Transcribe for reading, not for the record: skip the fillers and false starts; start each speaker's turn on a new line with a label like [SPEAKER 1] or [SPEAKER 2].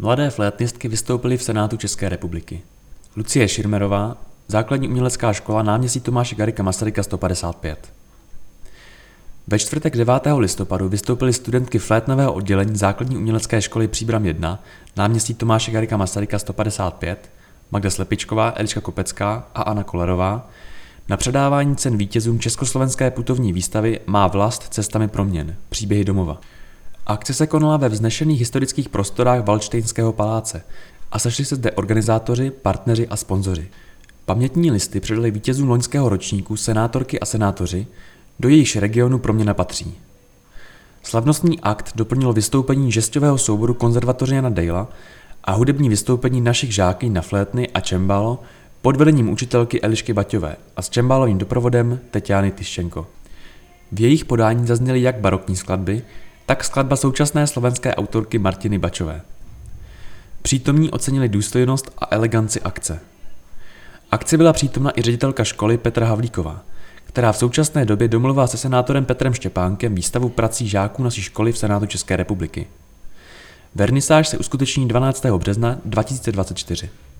[SPEAKER 1] Mladé flétnistky vystoupily v Senátu České republiky. Lucie Širmerová, Základní umělecká škola náměstí Tomáše Garrigua Masaryka 155. Ve čtvrtek 9. listopadu vystoupily studentky flétnového oddělení Základní umělecké školy Příbram 1, náměstí Tomáše Garrigua Masaryka 155, Magda Slepičková, Eliška Kopecká a Anna Kolerová na předávání cen vítězům Československé putovní výstavy Má vlast cestami proměn, příběhy domova. Akce se konala ve vznešených historických prostorách Valdštejnského paláce a sešli se zde organizátoři, partneři a sponzoři. Pamětní listy předali vítězům loňského ročníku senátorky a senátoři, do jejichž regionu proměna patří. Slavnostní akt doplnilo vystoupení žesťového souboru konzervatoře Jana Dejla a hudební vystoupení našich žákyň na flétny a čembalo pod vedením učitelky Elišky Baťové a s čembálovým doprovodem Teťány Tyščenko. V jejich podání zazněly jak barokní skladby, tak skladba současné slovenské autorky Martiny Bačové. Přítomní ocenili důstojnost a eleganci akce. Akci byla přítomna i ředitelka školy Petra Havlíková, která v současné době domluvila se senátorem Petrem Štěpánkem výstavu prací žáků naší školy v Senátu České republiky. Vernisáž se uskuteční 12. března 2024.